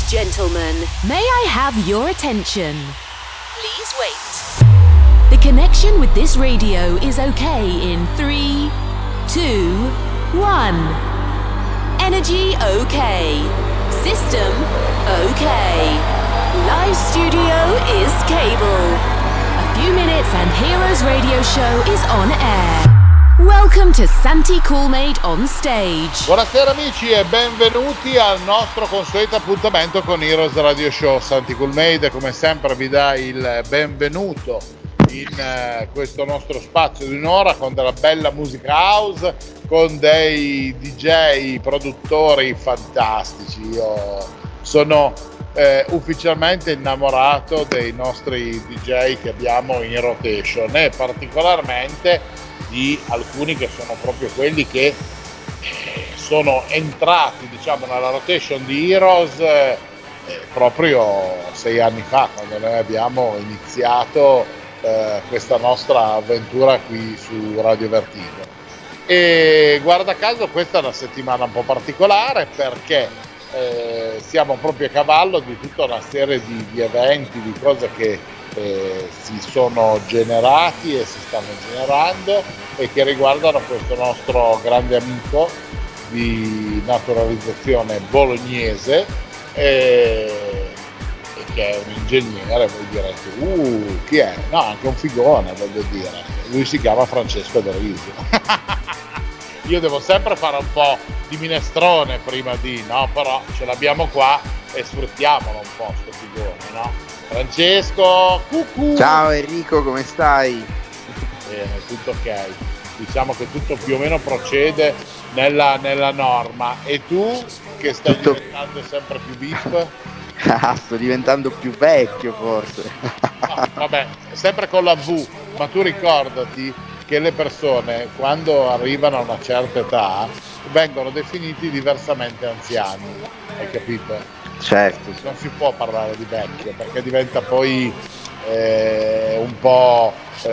Gentlemen, may I have your attention? Please wait. The connection with this radio is okay in 3, 2, 1. Energy okay. System okay. Live studio is cable. A few minutes and Heroes Radio Show is on air. Welcome to Santi Coolmade on stage. Buonasera amici e benvenuti al nostro consueto appuntamento con Heroes Radio Show. Santi Coolmade come sempre vi dà il benvenuto in questo nostro spazio di un'ora con della bella musica house, con dei DJ produttori fantastici. Io sono ufficialmente innamorato dei nostri DJ che abbiamo in rotation e particolarmente di alcuni che sono proprio quelli che sono entrati, diciamo, nella rotation di Heroes proprio 6 anni fa, quando noi abbiamo iniziato questa nostra avventura qui su Radio Vertigo. E guarda caso questa è una settimana un po' particolare perché siamo proprio a cavallo di tutta una serie di eventi, di cose che si sono generati e si stanno generando e che riguardano questo nostro grande amico di naturalizzazione bolognese e che è un ingegnere. Voi direte chi è? No, anche un figone, voglio dire, lui si chiama Francesco Del Risio. Io devo sempre fare un po' di minestrone prima di, no? Però ce l'abbiamo qua e sfruttiamolo un po' sto figone, no? Francesco, cucù! Ciao Enrico, come stai? Bene, tutto ok. Diciamo che tutto più o meno procede nella norma. E tu che stai diventando sempre più VIP? Sto diventando più vecchio forse. No, vabbè, sempre con la V, ma tu ricordati che le persone quando arrivano a una certa età vengono definiti diversamente anziani, hai capito? Certo. Non si può parlare di vecchio perché diventa poi un po'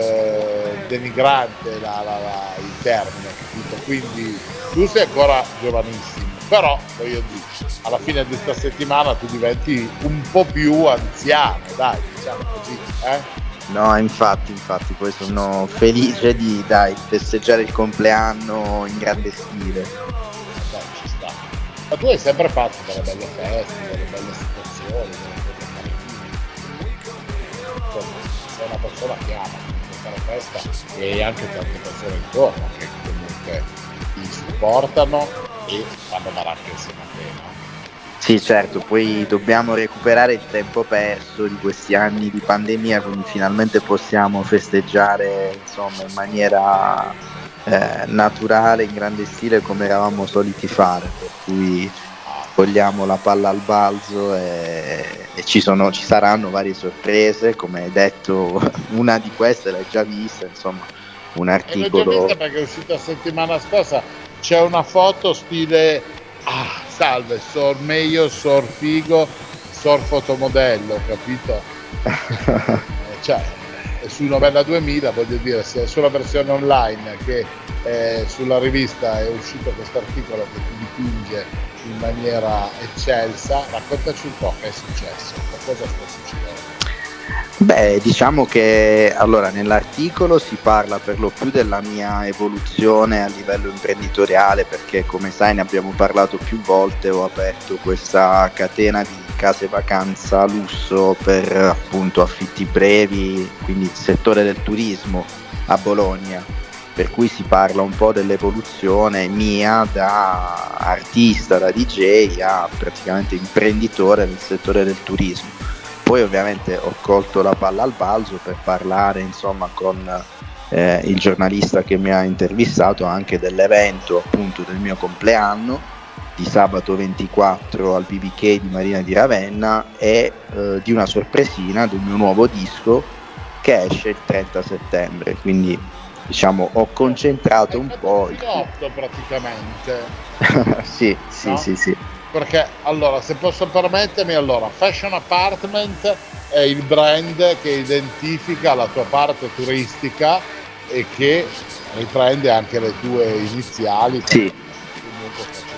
denigrante il termine, capito? Quindi tu sei ancora giovanissimo, però voglio dire, alla fine di questa settimana tu diventi un po' più anziano, dai, diciamo così, No, infatti, poi sono felice di festeggiare il compleanno in grande stile. Dai, ci sta. Ma tu hai sempre fatto delle belle feste, delle belle situazioni, delle cose insomma, sei una persona che ama fare festa e anche tante persone intorno che comunque ti supportano e fanno baracca insieme a te, no? Sì, certo, poi dobbiamo recuperare il tempo perso di questi anni di pandemia, quindi finalmente possiamo festeggiare, insomma, in maniera naturale, in grande stile, come eravamo soliti fare, per cui vogliamo la palla al balzo e ci saranno varie sorprese, come hai detto. Una di queste l'hai già vista, insomma, un articolo. L'ho già vista perché è uscita settimana scorsa, c'è una foto stile salve, sor meglio, sor figo, sor fotomodello, capito? Cioè, su Novella 2000, voglio dire, sia sulla versione online che sulla rivista è uscito questo articolo che ti dipinge in maniera eccelsa. Raccontaci un po' che è successo, cosa sta succedendo? Beh, diciamo che allora nell'articolo si parla per lo più della mia evoluzione a livello imprenditoriale, perché come sai ne abbiamo parlato più volte, ho aperto questa catena di case vacanza lusso per appunto affitti brevi, quindi il settore del turismo a Bologna, per cui si parla un po' dell'evoluzione mia da artista, da DJ a praticamente imprenditore del settore del turismo. Poi ovviamente ho colto la palla al balzo per parlare, insomma, con il giornalista che mi ha intervistato anche dell'evento appunto del mio compleanno di sabato 24 al BBK di Marina di Ravenna e di una sorpresina del mio nuovo disco che esce il 30 settembre, quindi diciamo ho concentrato un po' il praticamente. sì, no? sì. Perché allora, se posso permettermi, allora Fashion Apartment è il brand che identifica la tua parte turistica e che riprende anche le tue iniziali. Sì. Comunque faccio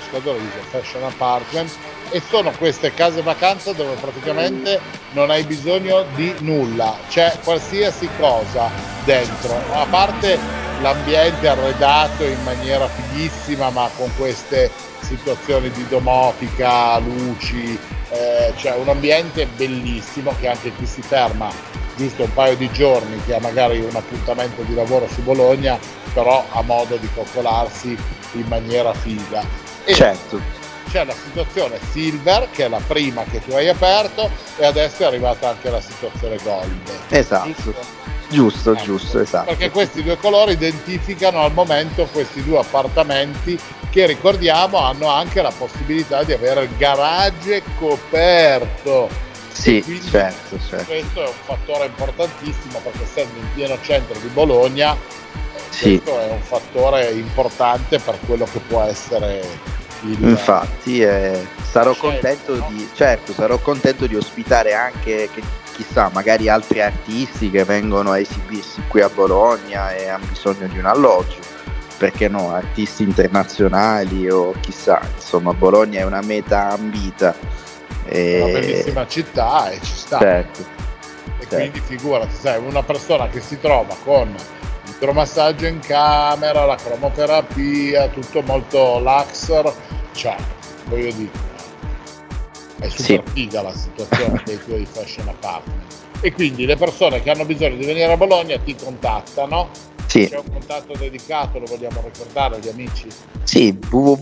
cercatore dice fashion apartment, e sono queste case vacanza dove praticamente non hai bisogno di nulla, c'è qualsiasi cosa dentro, a parte l'ambiente arredato in maniera fighissima, ma con queste situazioni di domotica, luci, cioè un ambiente bellissimo che anche chi si ferma giusto un paio di giorni, che ha magari un appuntamento di lavoro su Bologna, però ha modo di coccolarsi in maniera figa. E certo, c'è la situazione Silver, che è la prima che tu hai aperto, e adesso è arrivata anche la situazione Gold. esatto. Giusto, Ecco, giusto, esatto. Perché questi due colori identificano al momento questi due appartamenti che, ricordiamo, hanno anche la possibilità di avere il garage coperto. Sì, Quindi certo. questo è un fattore importantissimo, perché essendo in pieno centro di Bologna, Sì. questo è un fattore importante per quello che può essere il... Infatti sarò scelta, contento no? sarò contento di ospitare anche, chissà, magari altri artisti che vengono a esibirsi qui a Bologna e hanno bisogno di un alloggio, perché no, artisti internazionali o chissà, insomma Bologna è una meta ambita. È una bellissima città e ci sta. Certo. E quindi figurati, sai, una persona che si trova con idromassaggio in camera, la cromoterapia, tutto molto laxer, cioè, voglio dire, è super figa la situazione dei tuoi fashion apartment. E quindi le persone che hanno bisogno di venire a Bologna ti contattano. Sì. C'è un contatto dedicato, lo vogliamo ricordare agli amici? Sì,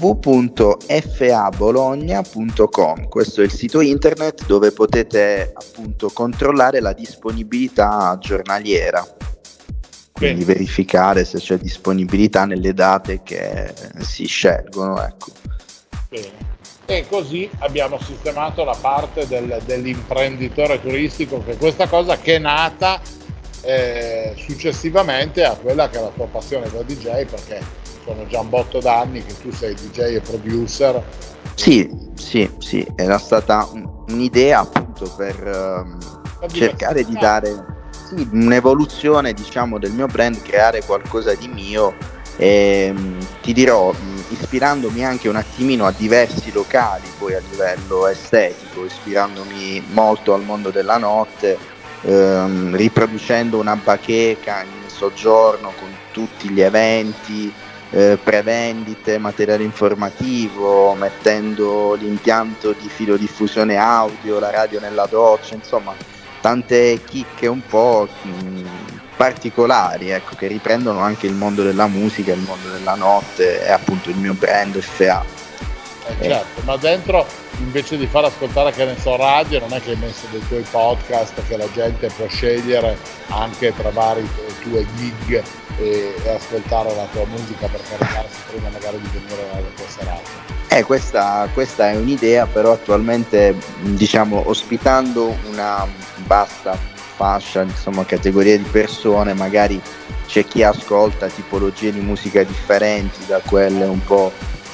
www.fabologna.com, questo è il sito internet dove potete appunto controllare la disponibilità giornaliera, quindi verificare se c'è disponibilità nelle date che si scelgono, ecco. Bene. E così abbiamo sistemato la parte dell'imprenditore turistico, che è questa cosa che è nata successivamente a quella che è la tua passione da DJ, perché sono già un botto d'anni che tu sei DJ e producer. Sì, era stata un'idea appunto per cercare di dare un'evoluzione, diciamo, del mio brand, creare qualcosa di mio, e ti dirò, ispirandomi anche un attimino a diversi locali, poi a livello estetico, ispirandomi molto al mondo della notte, riproducendo una bacheca in soggiorno con tutti gli eventi, prevendite, materiale informativo, mettendo l'impianto di filodiffusione audio, la radio nella doccia, insomma tante chicche un po' particolari, ecco, che riprendono anche il mondo della musica, il mondo della notte e appunto il mio brand FA. Certo, ma dentro, invece di far ascoltare, che ne so, radio, non è che hai messo dei tuoi podcast che la gente può scegliere anche tra vari tue gig e ascoltare la tua musica per caricarsi prima magari di venire alla tua serata? Questa è un'idea, però attualmente, diciamo, ospitando una vasta fascia, insomma, categoria di persone, magari c'è chi ascolta tipologie di musica differenti da quelle un po'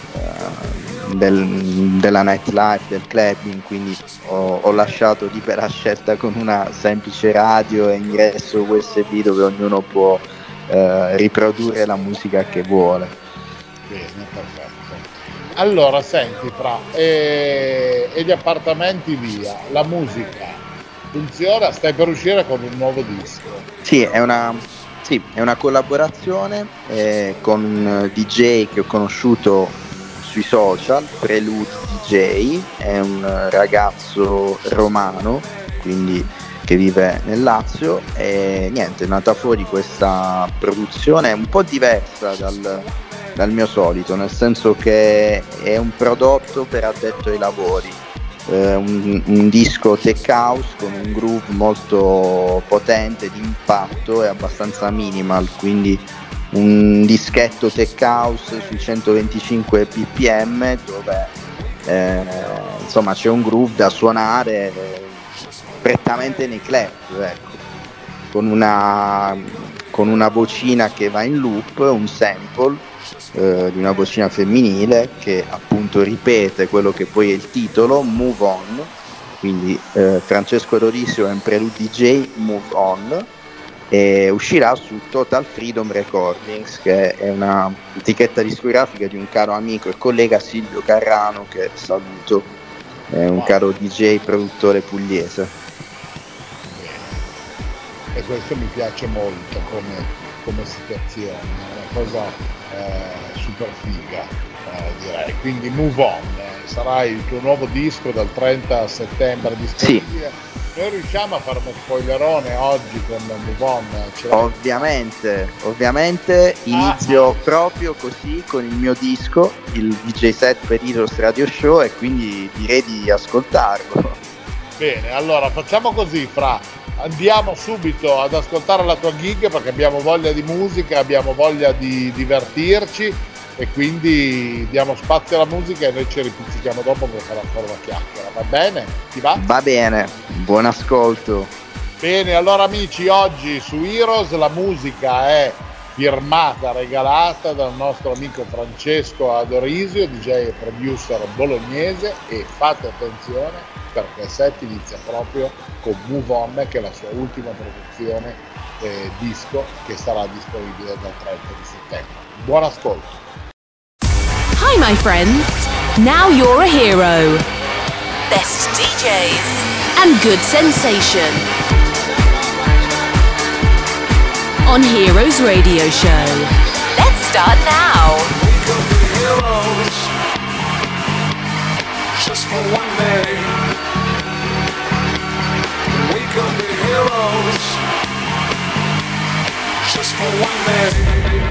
della nightlife, del clubbing, quindi ho lasciato libera scelta con una semplice radio e ingresso USB dove ognuno può riprodurre la musica che vuole. Bene, perfetto. Allora, senti, e gli appartamenti via, la musica funziona? Stai per uscire con un nuovo disco? Sì, è una collaborazione con un DJ che ho conosciuto sui social, Prelude DJ, è un ragazzo romano, quindi che vive nel Lazio, e niente, è nata fuori questa produzione un po' diversa dal mio solito, nel senso che è un prodotto per addetto ai lavori, un disco tech house con un groove molto potente, di impatto e abbastanza minimal, quindi un dischetto tech house sui 125 bpm dove insomma c'è un groove da suonare prettamente nei club, ecco, con una vocina che va in loop, un sample di una vocina femminile che appunto ripete quello che poi è il titolo, Move On, quindi Francesco Dorisio e Prelude DJ, Move On. e uscirà su Total Freedom Recordings, che è una etichetta discografica di un caro amico e collega, Silvio Carrano, che saluto, è un caro DJ produttore pugliese. E questo mi piace molto come situazione, è una cosa super figa, direi. Quindi Move On sarà il tuo nuovo disco dal 30 settembre disponibile. Sì. Noi riusciamo a fare uno spoilerone oggi con Move On? Ovviamente inizio proprio così con il mio disco, il DJ set per Heroes Radio Show, e quindi direi di ascoltarlo. Bene, allora facciamo così, Fra, andiamo subito ad ascoltare la tua gig perché abbiamo voglia di musica, abbiamo voglia di divertirci, e quindi diamo spazio alla musica e noi ci ripizzichiamo dopo per fare ancora una chiacchiera. Va bene? Ti va? Va bene, buon ascolto. Bene, allora amici, oggi su Heroes la musica è firmata, regalata dal nostro amico Francesco Adorisio, DJ e producer bolognese, e fate attenzione perché il set inizia proprio con Move On, che è la sua ultima produzione disco, che sarà disponibile dal 30 di settembre. Buon ascolto. Hi my friends, now you're a hero. Best DJs and good sensation on Heroes Radio Show. Let's start now. We could be heroes just for one day. We could be heroes just for one day.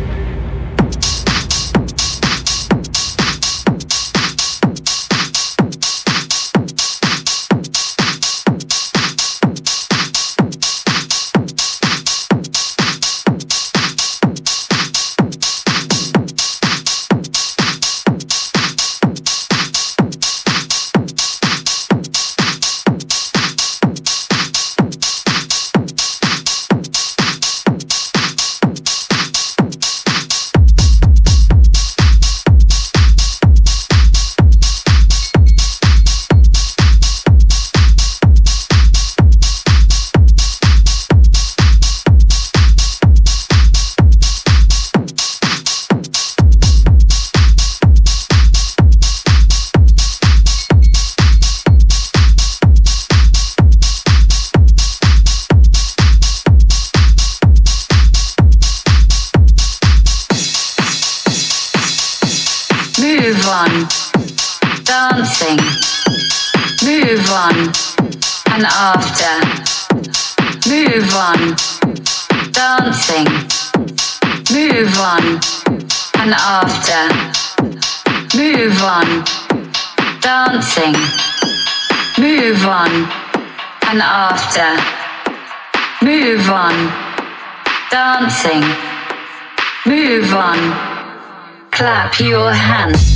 Dancing, move on, and after, move on, dancing, move on, and after, move on, dancing, move on, and after, move on, dancing, move on, clap your hands.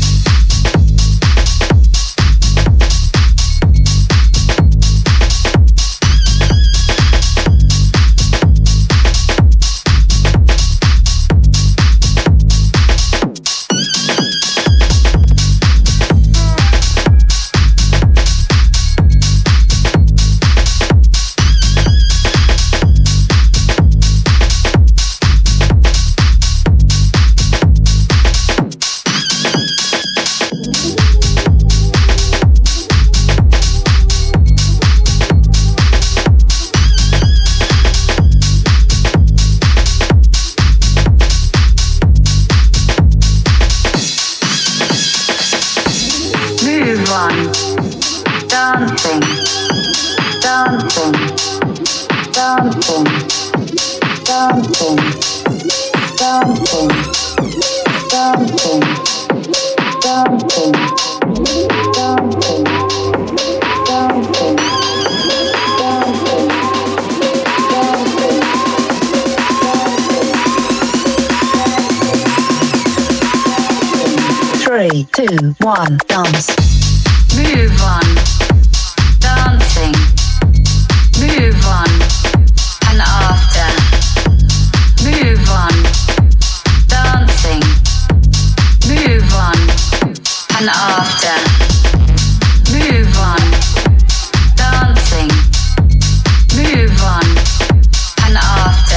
Three, two, one, dance. Move on, dancing, move on, and after, move on, dancing, move on, and after, move on, dancing, move on, and after.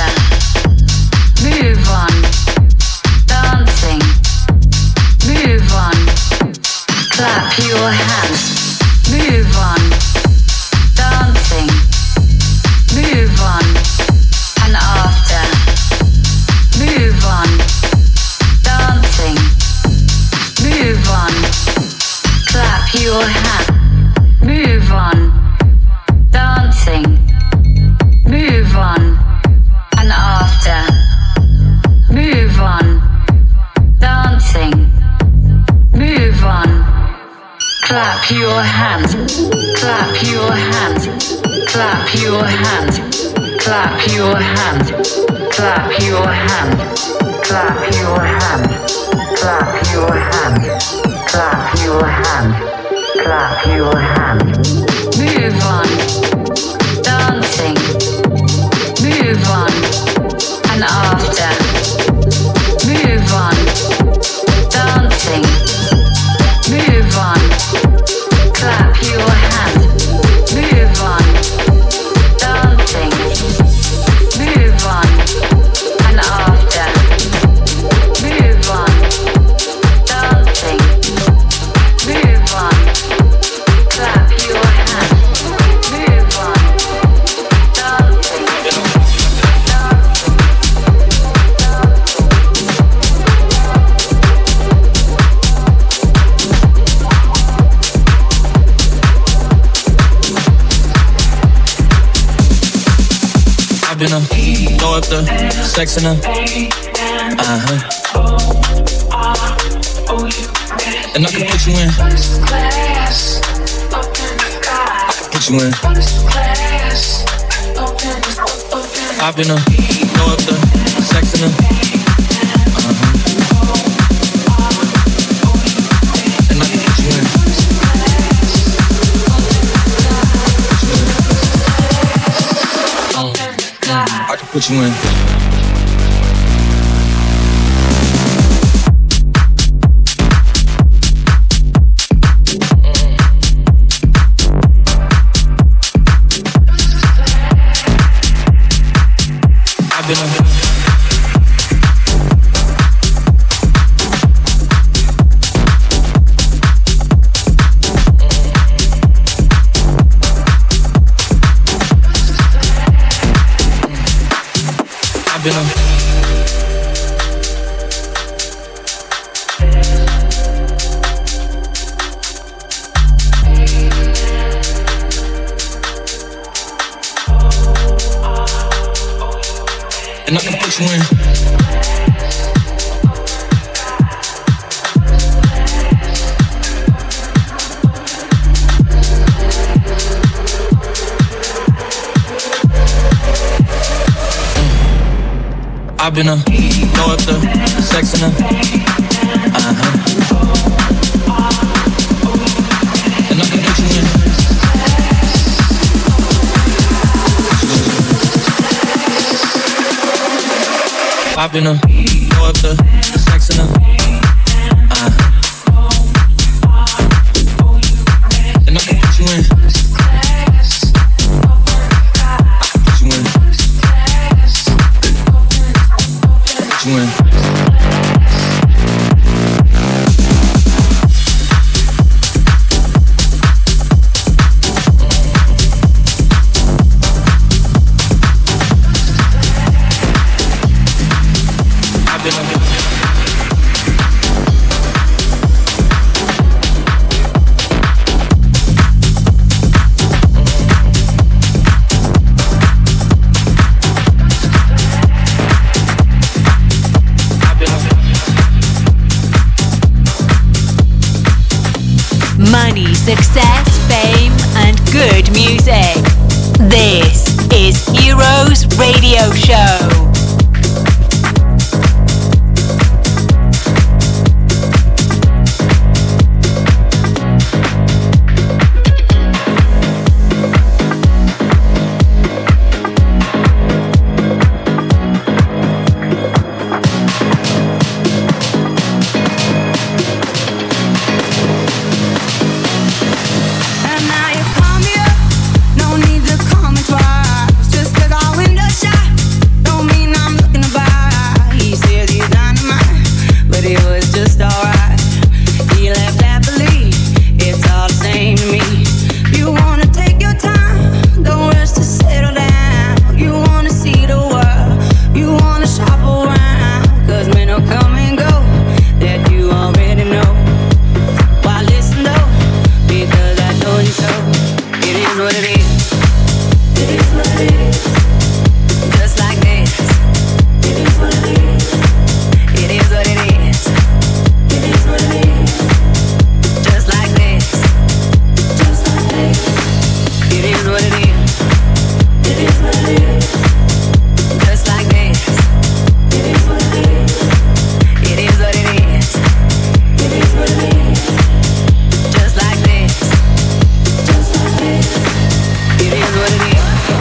Move on. Dancing. Move on. And after. Move on. Dancing. Move on. Clap your hands. Clap your hands. Clap your hands. Clap your hands. Clap your hands. Clap your hands. Clap your hands. Clap your hands. Clap your hands. Move on. Dancing. Move on. And after. Move on. Dancing. Move on. Clap your hands. Move on. Dancing. Move on. And after. Move on. Dancing. Move on. Clap your hands. Move on. Dancing. I've been throw up the sex in her. And I can put you in. I can put you in. I've been throw up the sex in her. And I can put you in. I can put you in. I've been and I can put you in. I've been throw up the sex in her. And I can put you in. I've been throw up the sex in her. And I can put you in. Put you in. Put you in. what it is. It is what it is. Just like this. It is what it is. It is what it is. It is what it is. Just like this. Just like this. It is what it is. It is what it is. Just like this. It is what it is. It is what it is. It is what it is. Just like this. Just like this. It is what it is.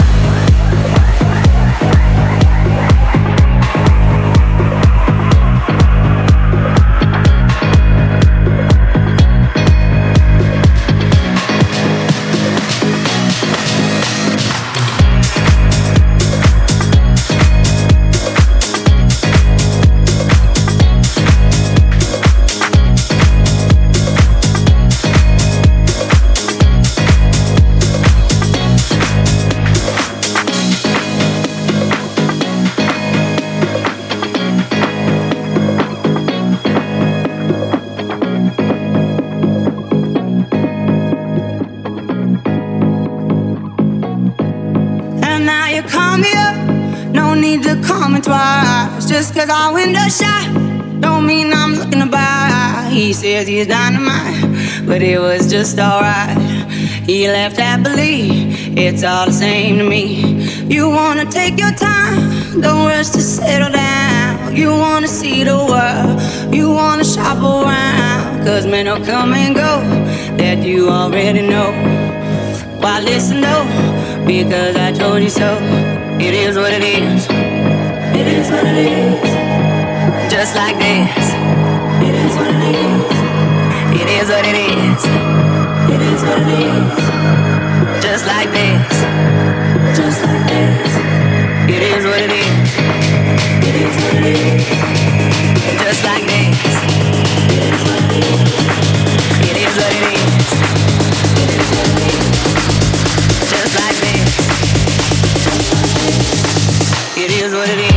Just cause our window's shut don't mean I'm looking to buy. He says he's dynamite, but it was just alright. He left happily, it's all the same to me. You wanna take your time, don't rush to settle down. You wanna see the world, you wanna shop around. Cause men will come and go, that you already know. Why listen though, because I told you so. It is what it is. It is what it is. Just like this. It is what it is. It is what it is. It is what it is. Just like this. Just like this. It is what it is. It is what it is. Just like this. It is what it is. It is what it is. It is what it is. Just like this. Just like this. It is what it is.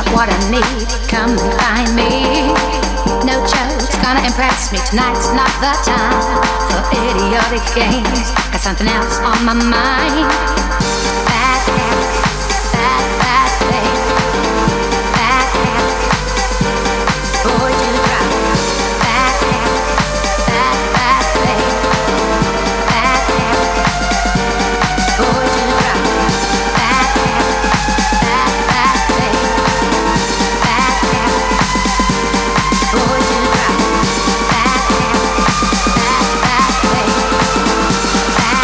got what I need, come and find me. No joke's gonna impress me, tonight's not the time for idiotic games. Got something else on my mind. Bad habits, bad, bad things. Bad habits, boy you drive me. Bad habits, bad, bad things. Bad habits, boy you drive me. Bad habits, bad, bad things. Bad habits, boy you drive me. Bad habits, bad, bad things. Bad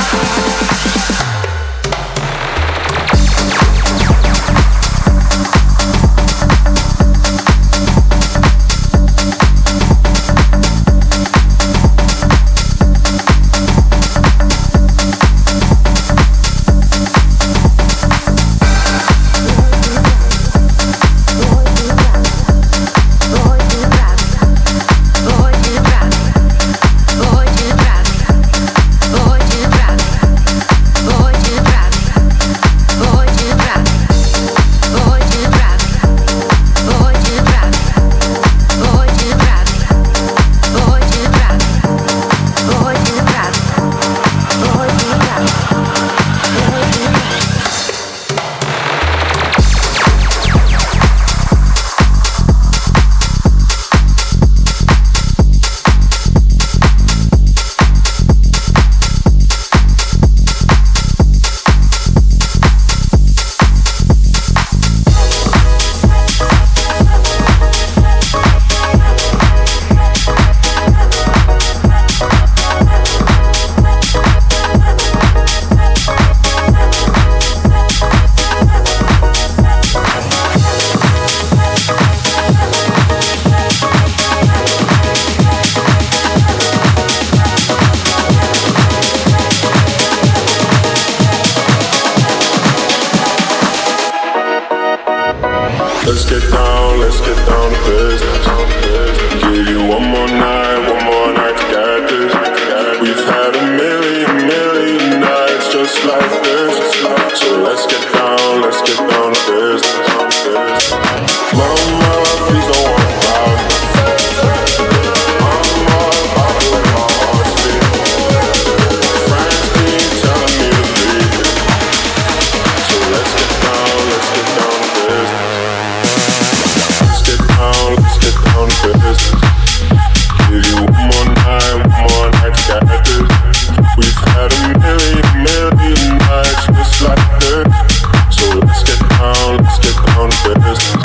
let's get down to business. Give you one more night to get this. We've had a million nights just like this. So let's get down to business. Mama, please don't worry about it. I'm all about it, my heart's beat. Friends keep telling me to leave it. So let's get down to business. Let's get down to business. Give you one more night to get this. We've had a million nights just like this. So let's get down to business.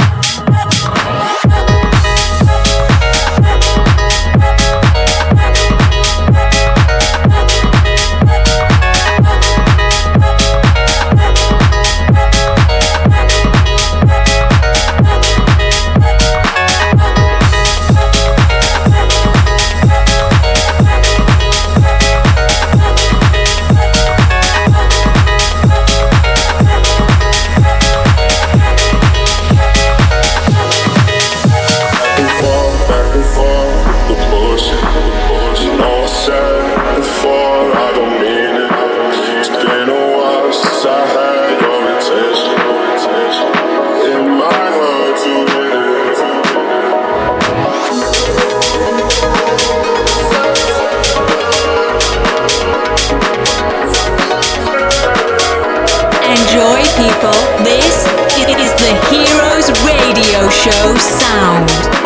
Show sound.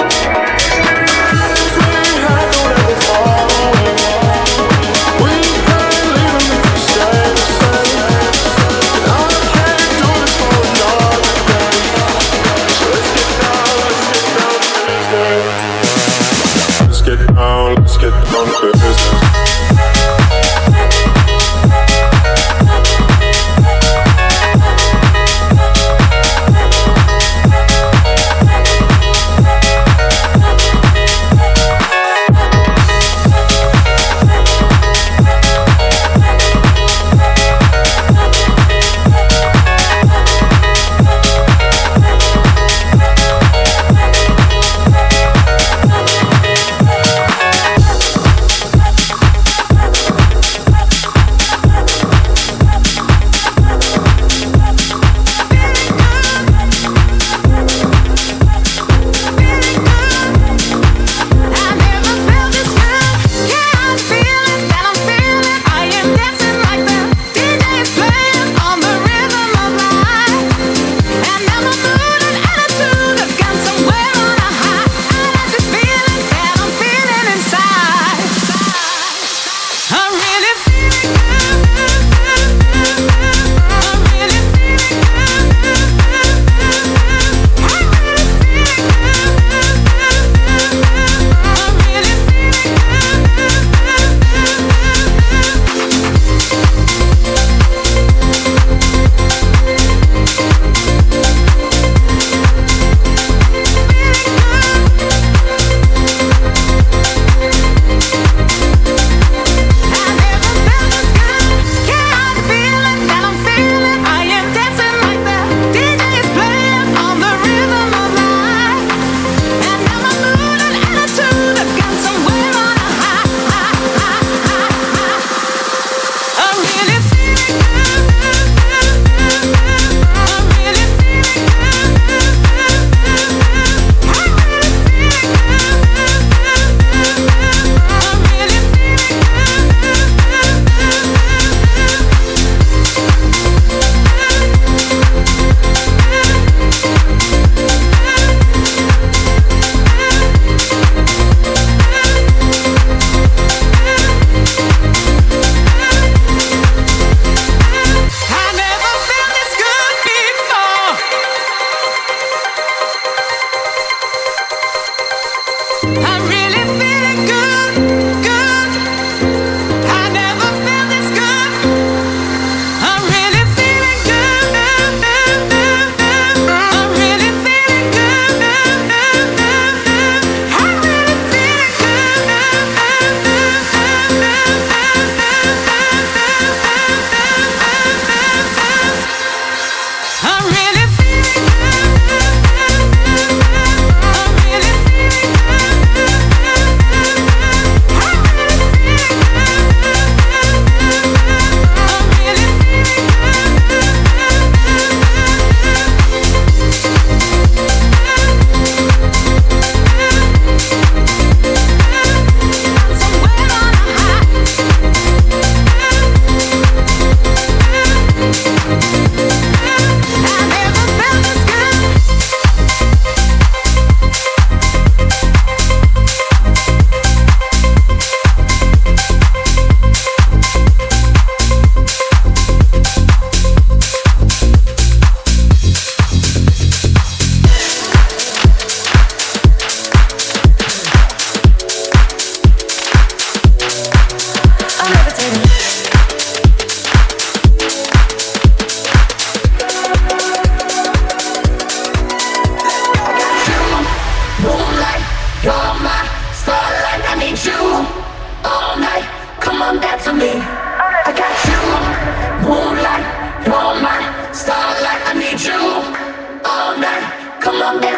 Let's get down to business.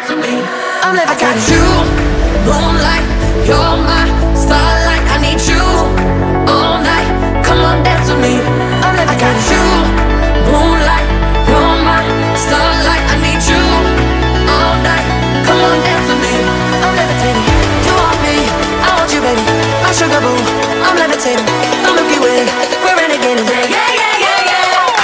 dance with me. I'm levitating. I got you, moonlight, you're my starlight. I need you all night. Come on, dance with me. I'm levitating. I got you, moonlight, you're my starlight. I need you all night. Come on, dance with me. I'm levitating. You want me, I want you, baby. My sugar boo, I'm levitating. The Milky Way, we're renegading. Yeah, yeah, yeah, yeah, yeah.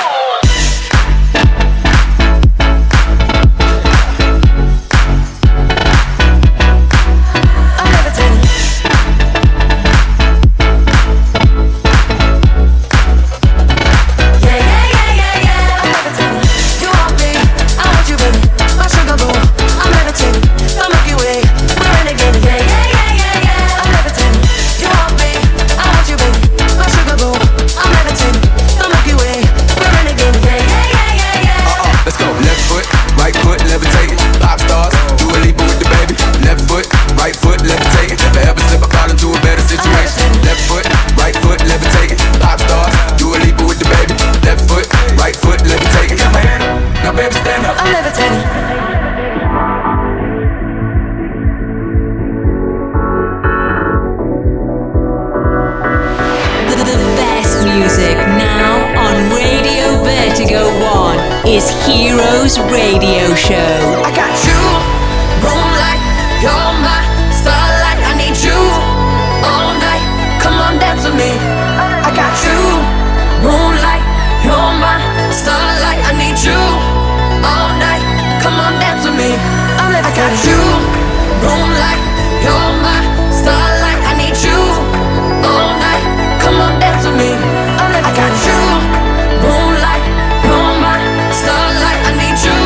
is Heroes Radio Show. I got you, moonlight, you're my starlight. I need you all night. Come on, dance with me. I got you, moonlight, you're my starlight. I need you all night. Come on, dance with me. I got you, moonlight, you're my starlight. I need you all night. Come on, dance with me. I got you, moonlight, you're my starlight. I need you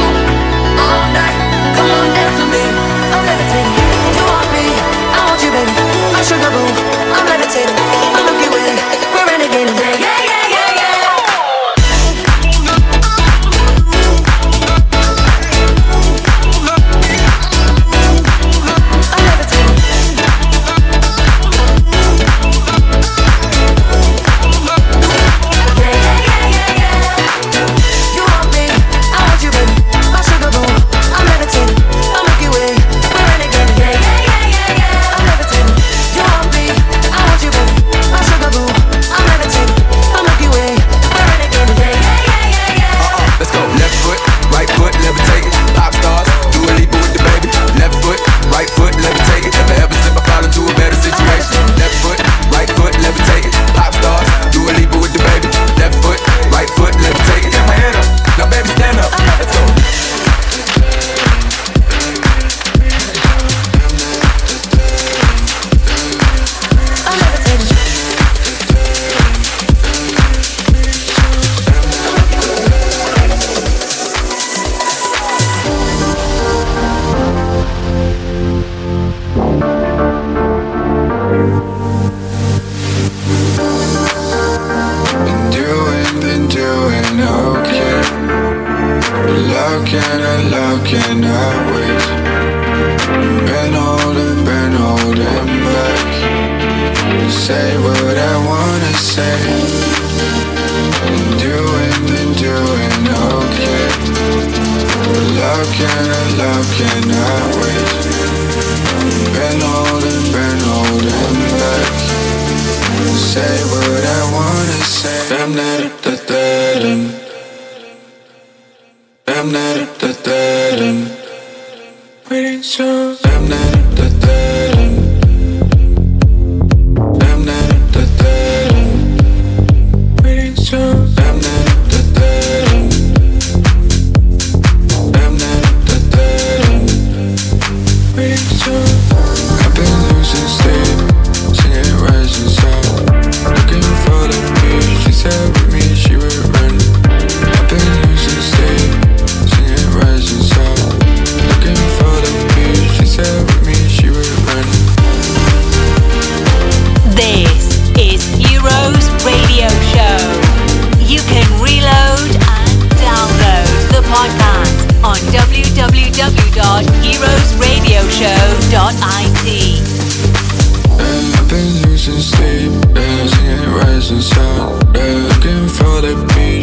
all night. Come on, dance with me. I'm levitating. You want me, I want you, baby. My sugar boo, I'm levitating. I'm Milky Way, we're renegading. Yeah, yeah, yeah, yeah, yeah.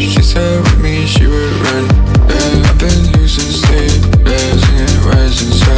I've been losing sleep, yeah, singing rising sun.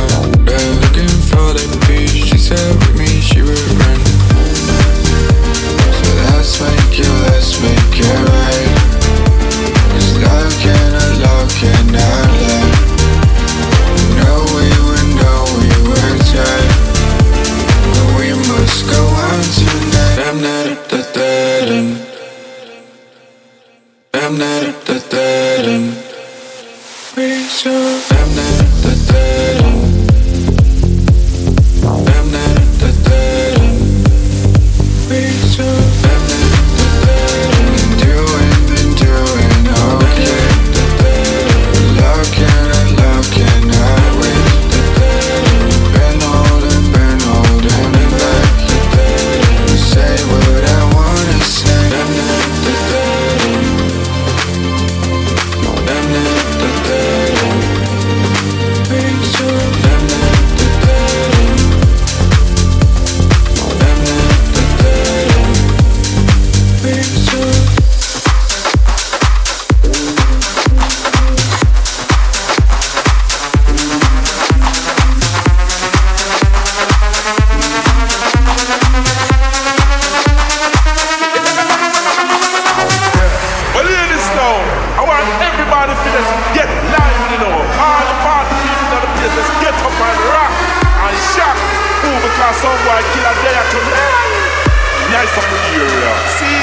some boy kill a day or two. Nice up in the area. See?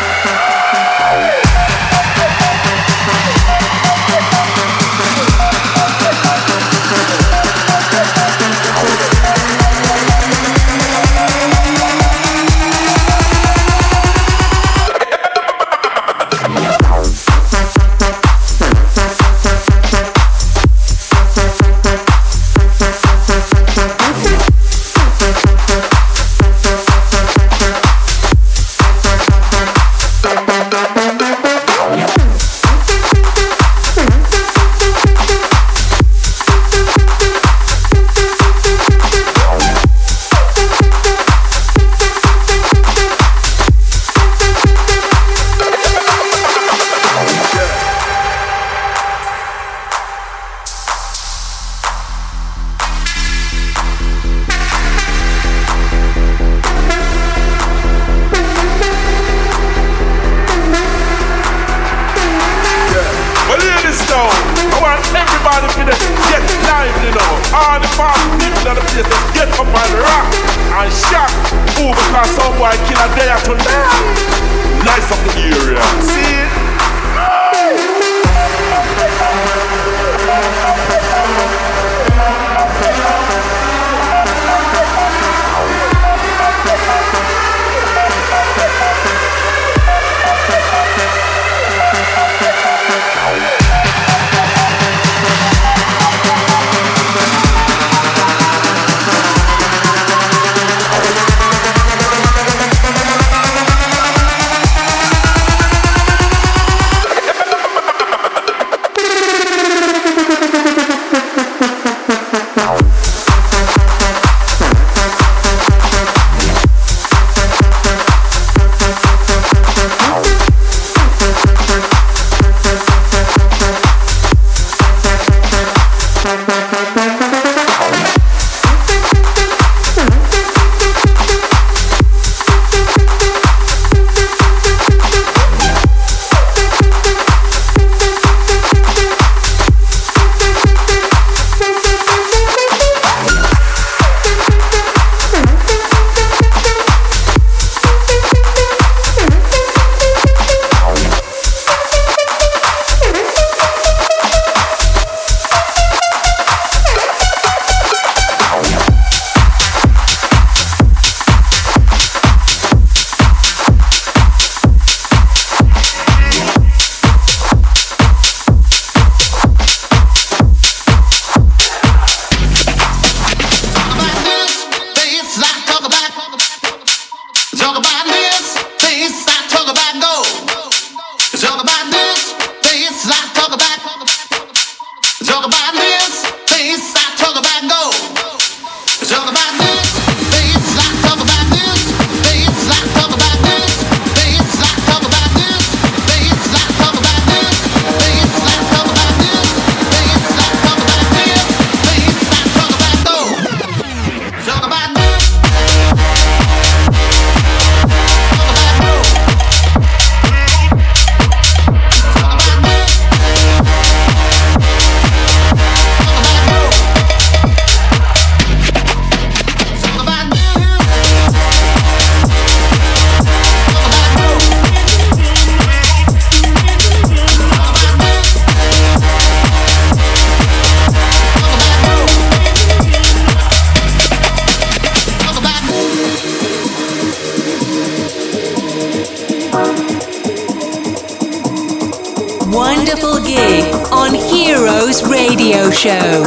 Wonderful gig on Heroes Radio Show.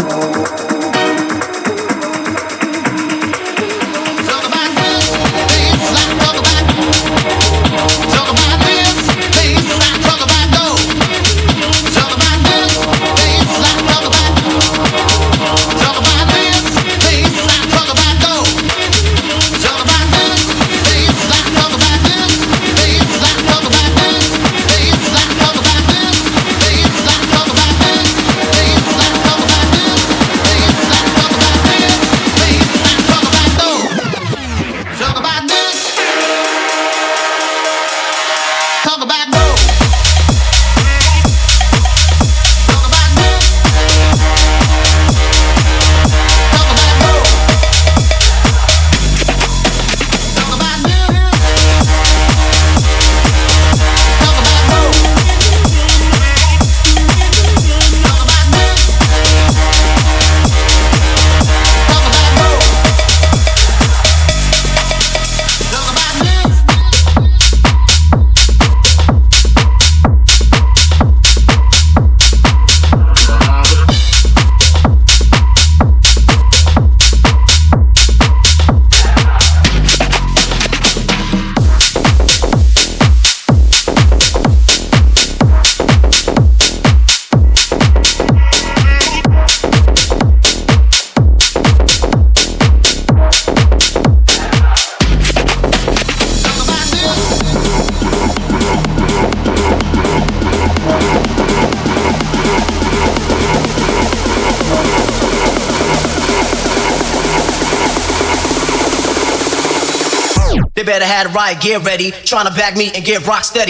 better have the right gear ready. Trying to back me and get rock steady.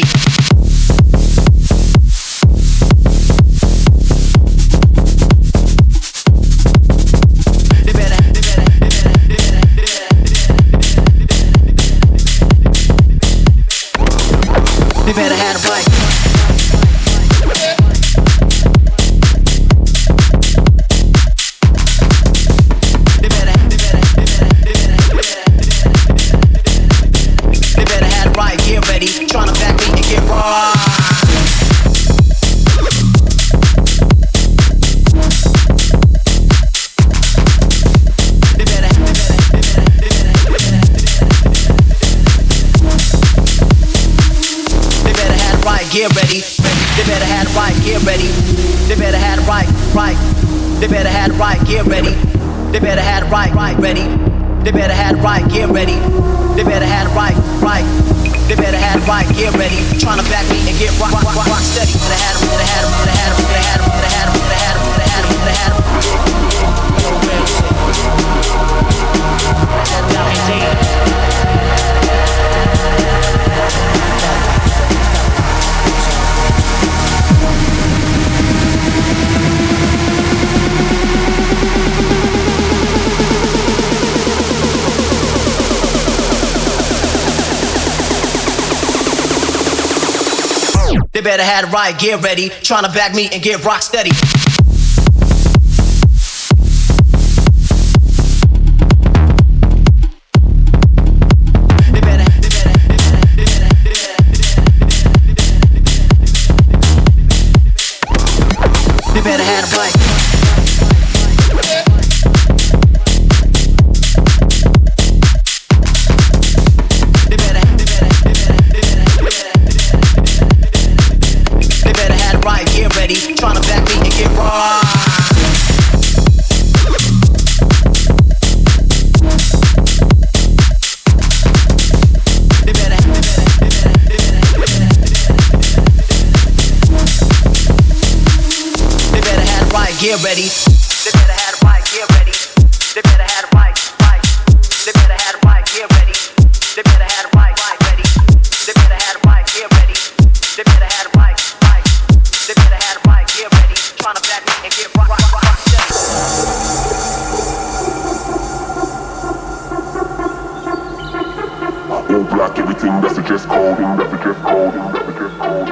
They better have the right. They better have the right gear ready. Trying to back me and get raw. Gear ready. They better have the right gear ready. They better have the right. They better have the right gear ready. They better have the right ready. They better have the right gear ready. They better have the right. They better have the right gear ready. Trying to back me and get rock steady. Better have them. Better have them. Better have them. Better have them. Better have them. Better have them. Better have them. Better have them. They better have the right gear ready. Trying to back me and get rock steady. They better have the right. Trying to back me and get raw. They better have the right gear ready. They better have the right gear ready. They better have the right. They better have the right gear ready. They better have the right ready. They better have the right gear ready. They better have the right. They better have the right gear ready. Trying to back me and get rock steady. All black, everything that's the dress code. That's the dress code. That's the dress code.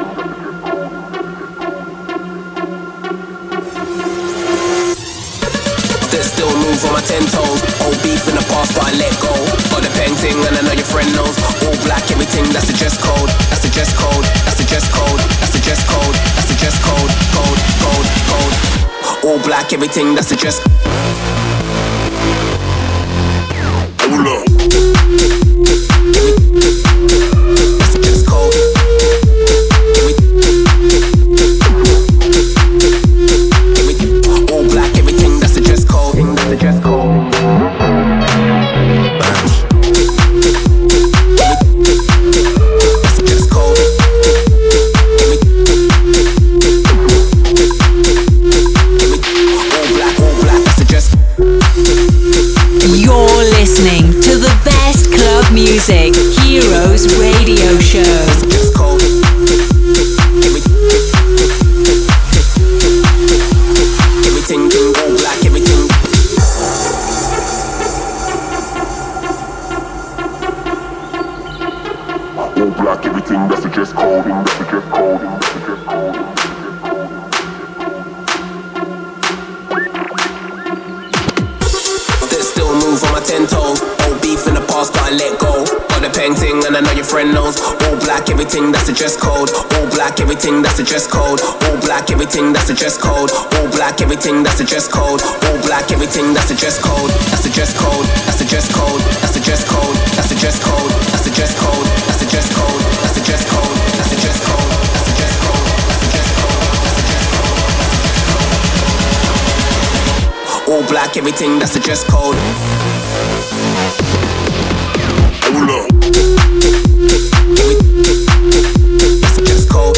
There's still move on my 10 toes. Old beef in the past, but I let go. Got the pen thing, and I know your friend knows. All black, everything that's the dress code. That's the dress code. That's the dress code. That's the dress code. That's the dress code. Code. All black, everything that's the dress. Hold up. That's the dress code. All black, everything that's the dress code. That's the dress code. You're listening to the best club music, Heroes Radio Show. Everything all black, everything. All black, everything that's the dress code. That's the dress code. That's the dress code. Move on my 10 toes. Old beef in the past, but I let go. Got the pen thing, and I know your friend knows. All black, everything that's the dress code. All black, everything that's the dress code. All black, everything that's the dress code. All black, everything that's the dress code. All black, everything that's the dress code. That's the dress code. That's the dress code. That's the dress code. That's the dress code. That's the dress code. That's the dress code. That's the dress code. That's the dress code. That's the dress code. That's the dress code. That's the dress code. All black, everything that's the dress code. Hold up. That's the dress code.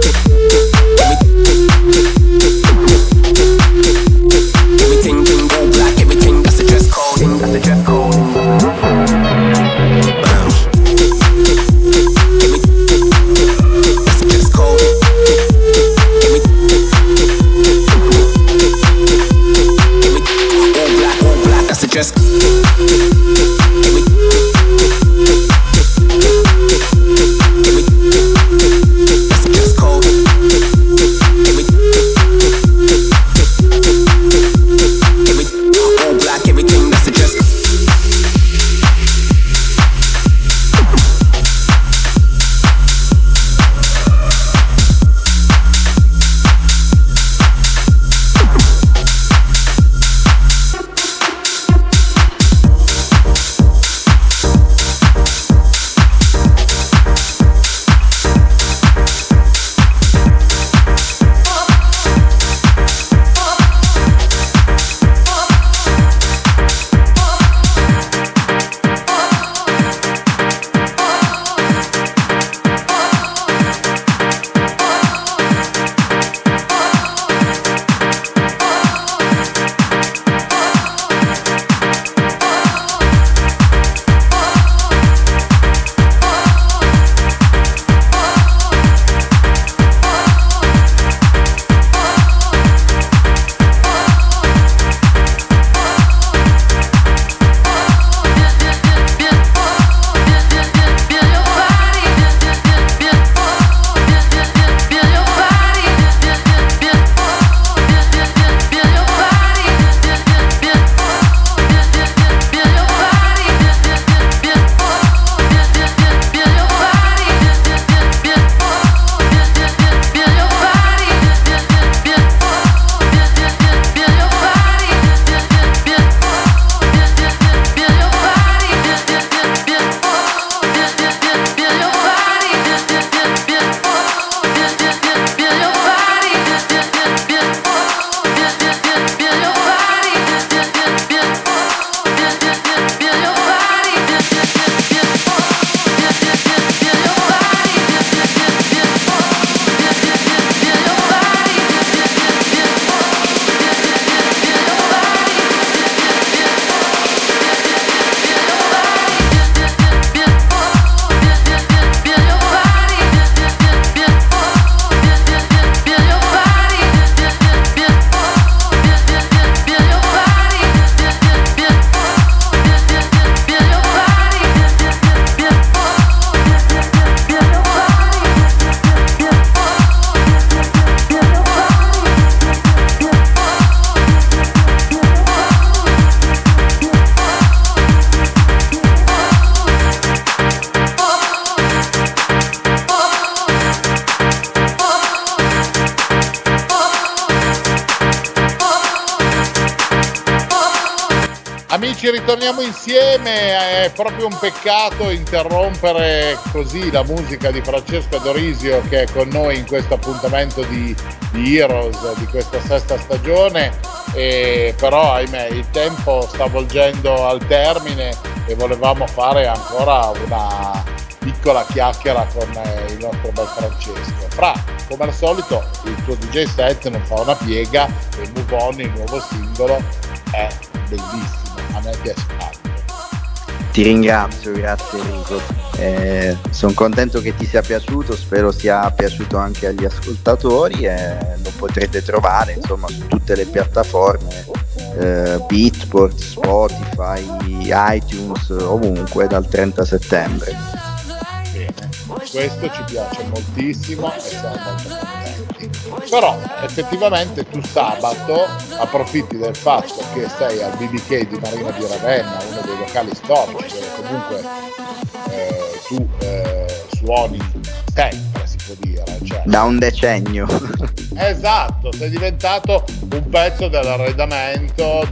Everything all black, everything that's the dress code. That's the dress code. dress. That's the dress code. All black, everything, that's the dress code. Amici, ritorniamo insieme, è proprio un peccato interrompere così la musica di Francesco Dorisio che è con noi in questo appuntamento di Heroes di questa sesta stagione, però ahimè il tempo sta volgendo al termine e volevamo fare ancora una piccola chiacchiera con il nostro bel Francesco. Fra, come al solito il tuo DJ set non fa una piega e Move On, il nuovo singolo, è bellissimo. A me piace tanto. Ti ringrazio, grazie Enrico. Sono contento che ti sia piaciuto, spero sia piaciuto anche agli ascoltatori e lo potrete trovare insomma su tutte le piattaforme, Beatport, Spotify, iTunes, ovunque dal 30 settembre. Bene, questo ci piace moltissimo e siamo molto contenti. Però effettivamente tu sabato approfitti del fatto che sei al BBK di Marina di Ravenna, uno dei locali storici dove comunque tu suoni sempre, si può dire, cioè. Da un decennio. Esatto, sei diventato un pezzo dell'arredamento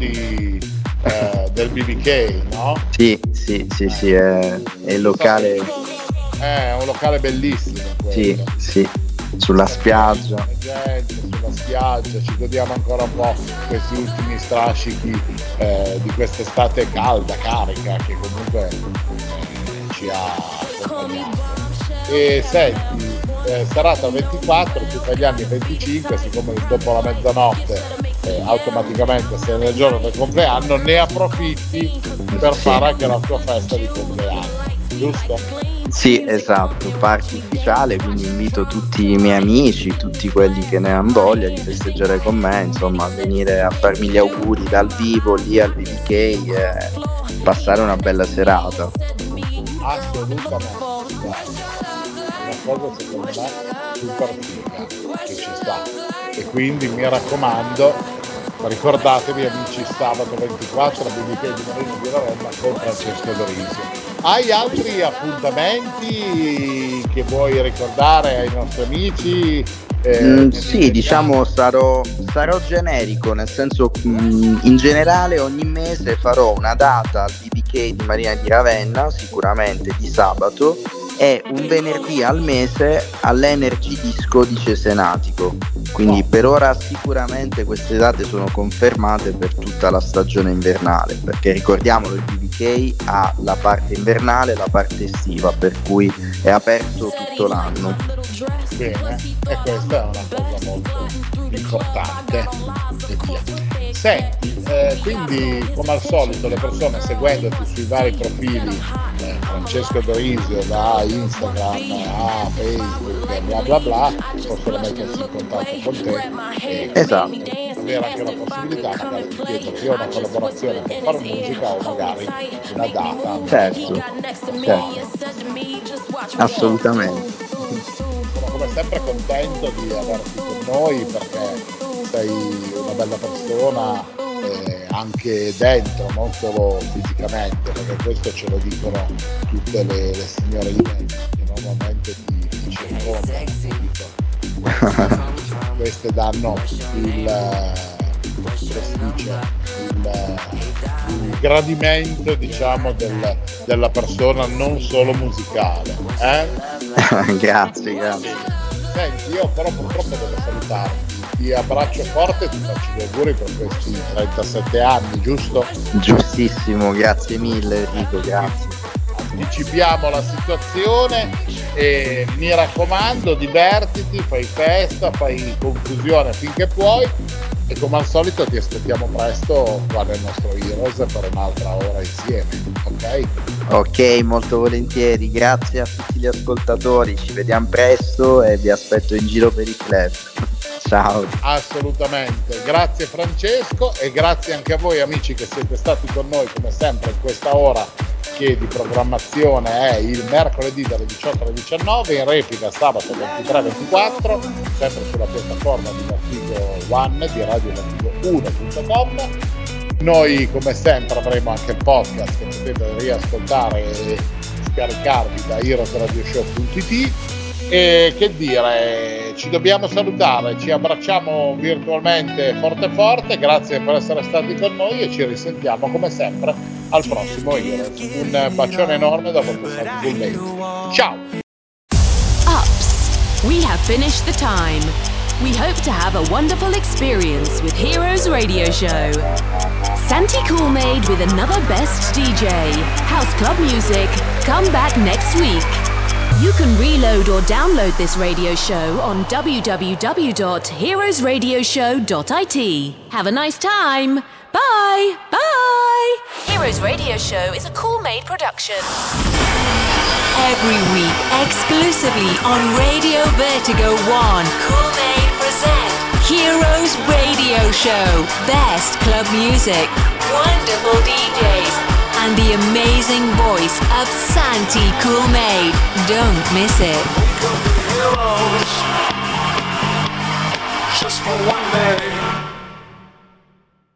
del BBK, no? Sì, è il locale. È un locale bellissimo quello. Sì, sulla spiaggia. Sulla spiaggia, ci godiamo ancora un po' questi ultimi strascichi di quest'estate calda, carica, che comunque ci ha accompagnato. E senti, serata 24, tutti gli anni 25, siccome dopo la mezzanotte automaticamente sei nel giorno del compleanno, ne approfitti per fare anche la tua festa di compleanno. giusto? Sì, esatto, party ufficiale, quindi invito tutti i miei amici, tutti quelli che ne hanno voglia di festeggiare con me, insomma, a venire a farmi gli auguri dal vivo lì al BBK e passare una bella serata. Assolutamente, una cosa secondo me super figa che ci sta, e quindi mi raccomando, ricordatevi amici, sabato 24 al BBK di Marino di Ravenna con Francesco Dorisio. Hai altri appuntamenti che vuoi ricordare ai nostri amici? Sì, diciamo sarò generico, nel senso in generale ogni mese farò una data al BBK di Marina di Ravenna, sicuramente di sabato, e un venerdì al mese all'Energy Disco di Cesenatico. Quindi per ora sicuramente queste date sono confermate per tutta la stagione invernale, perché ricordiamolo, il BBK ha la parte invernale e la parte estiva, per cui è aperto tutto l'anno. Bene, e questa è una cosa molto importante. E via. Senti, quindi come al solito le persone seguendoti sui vari profili, Francesco Dorisio, da Instagram a Facebook, bla bla bla, possono mettersi in contatto con te e esatto, avere anche la possibilità magari di chiederti una collaborazione per fare musica o magari una data. Certo, assolutamente. Sono come sempre contento di averti con noi, perché sei una bella persona, anche dentro, non solo fisicamente, perché questo ce lo dicono tutte le signore di me che normalmente ti circondano. Queste danno il gradimento, diciamo, della persona, non solo musicale. Grazie. Senti, io però purtroppo devo salutarti. Ti abbraccio forte e ti faccio gli auguri per questi 37 anni, giusto? Giustissimo, grazie mille Enrico, grazie. Anticipiamo la situazione e mi raccomando, divertiti, fai festa, fai confusione finché puoi, e come al solito ti aspettiamo presto qua nel nostro Heroes per un'altra ora insieme, ok? Ok, molto volentieri, grazie a tutti gli ascoltatori, ci vediamo presto e vi aspetto in giro per il club. Ciao. Assolutamente, grazie Francesco, e grazie anche a voi amici che siete stati con noi come sempre in questa ora che di programmazione è il mercoledì dalle 18 alle 19, in replica sabato 23-24, sempre sulla piattaforma di Vertigo One di radiovertigo1.com. Noi come sempre avremo anche il podcast che potete riascoltare e scaricarvi da heroesradioshow.it. E che dire, ci dobbiamo salutare, ci abbracciamo virtualmente forte, grazie per essere stati con noi e ci risentiamo come sempre al prossimo Heroes. Un bacione enorme da vostro Santi Cool Made. Ciao! Ups, we have finished the time. We hope to have a wonderful experience with Heroes Radio Show. Santi Cool Made with another best DJ, House Club Music. Come back next week. You can reload or download this radio show on www.heroesradioshow.it. Have a nice time. Bye. Bye. Heroes Radio Show is a Cool Made production. Every week, exclusively on Radio Vertigo 1, Cool Made present Heroes Radio Show. Best club music, wonderful DJs, and the amazing voice of Santi Cool Made. Don't miss it. Heroes, just for one day.